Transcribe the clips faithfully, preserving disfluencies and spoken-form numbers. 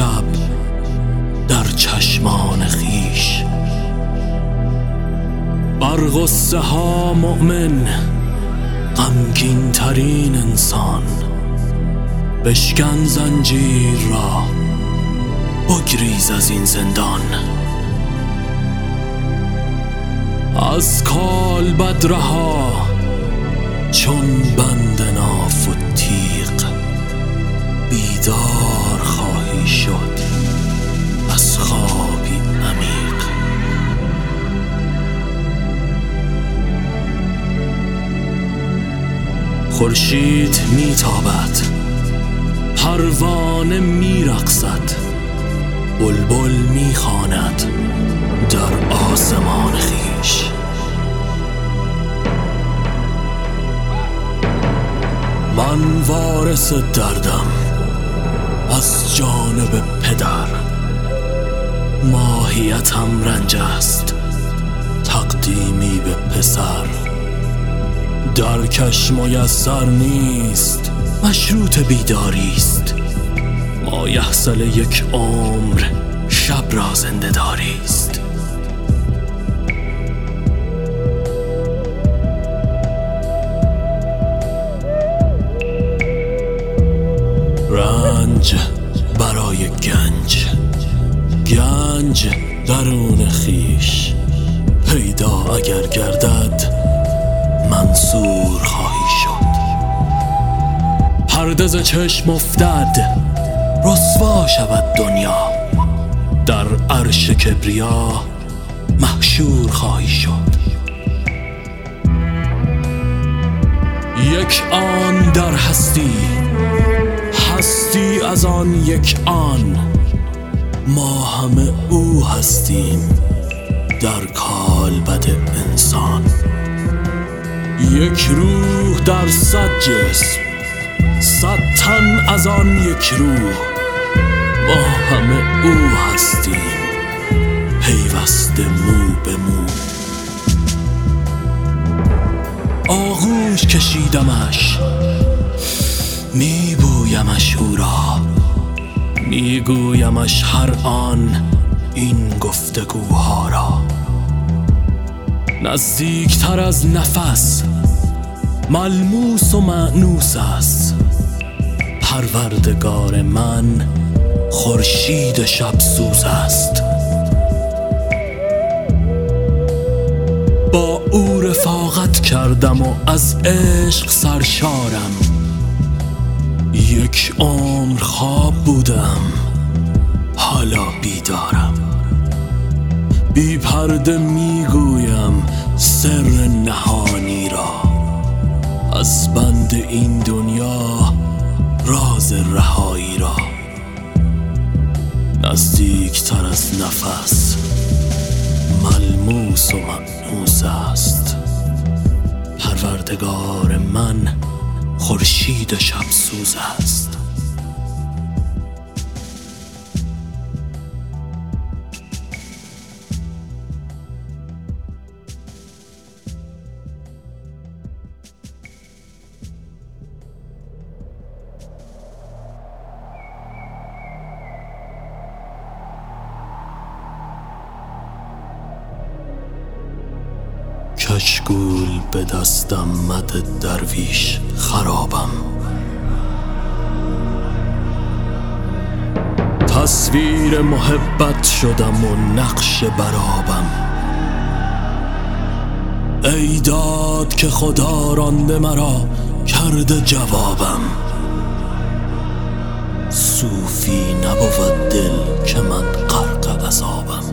شب در چشمان خیش. بر غصه ها مؤمن غمگین ترین انسان، بشکن زنجیر را بگریز از این زندان. از کالبد رها چون بند ناف و تیغ، بیدار خواهی شد از خوابی عمیق. خورشید میتابد، پروانه میرقصد، بلبل میخواند در آسمان خیش. من وارث دردم از جانب پدر، ماهیتم رنج است تقدیمی به پسر. درکش میسر نیست مشروط بیداری است، مایحصل یک عمر شب را زنده داری است. رنج برای گنج، گنج درون خیش، پیدا اگر گردد منصور خواهی شد. پرده ز چشم افتد رسوا شود دنیا، در عرش کبریا محشور خواهی شد. یک آن در هستی، هستی از آن یک آن، ما همه او هستیم در کالبد انسان. یک روح در صد جسم، صد تن از آن یک روح، ما همه او هستیم پیوسته مو به مو. آغوش کشیدمش، میبویمش او را، میگویمش هر آن این گفتگوها را. نزدیکتر از نفس ملموس و مأنوس است، پروردگار من خورشید شب سوز است. با او رفاقت کردم و از عشق سرشارم، یک عمر خواب بودم حالا بیدارم. بی پرده میگویم سر نهانی را، از بند این دنیا راز رهایی را. نزدیکتر از نفس ملموس و مأنوس است، پروردگار من خورشید شب سوز است. کشگول به دستم مده درویش خرابم، تصویر محبت شدم و نقش برابم. ای داد که خدا رانده مرا کرده جوابم، صوفی نبود دل که من غرق عذابم.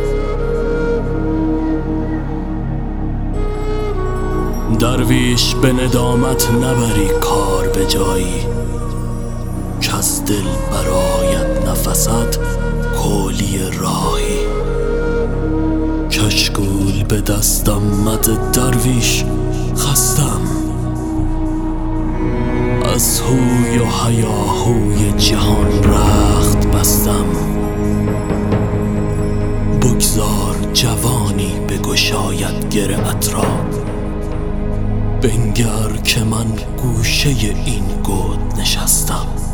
درویش به ندامت نبری کار به جایی، که از دل برایت نفست کولی راهی. کشگول به دستم مده درویش خستم، از هوی و هیاهوی جهان رخت بستم. بگذار جوانی بگشاید گره‌ات را، بنگر که من گوشه این گود نشستم.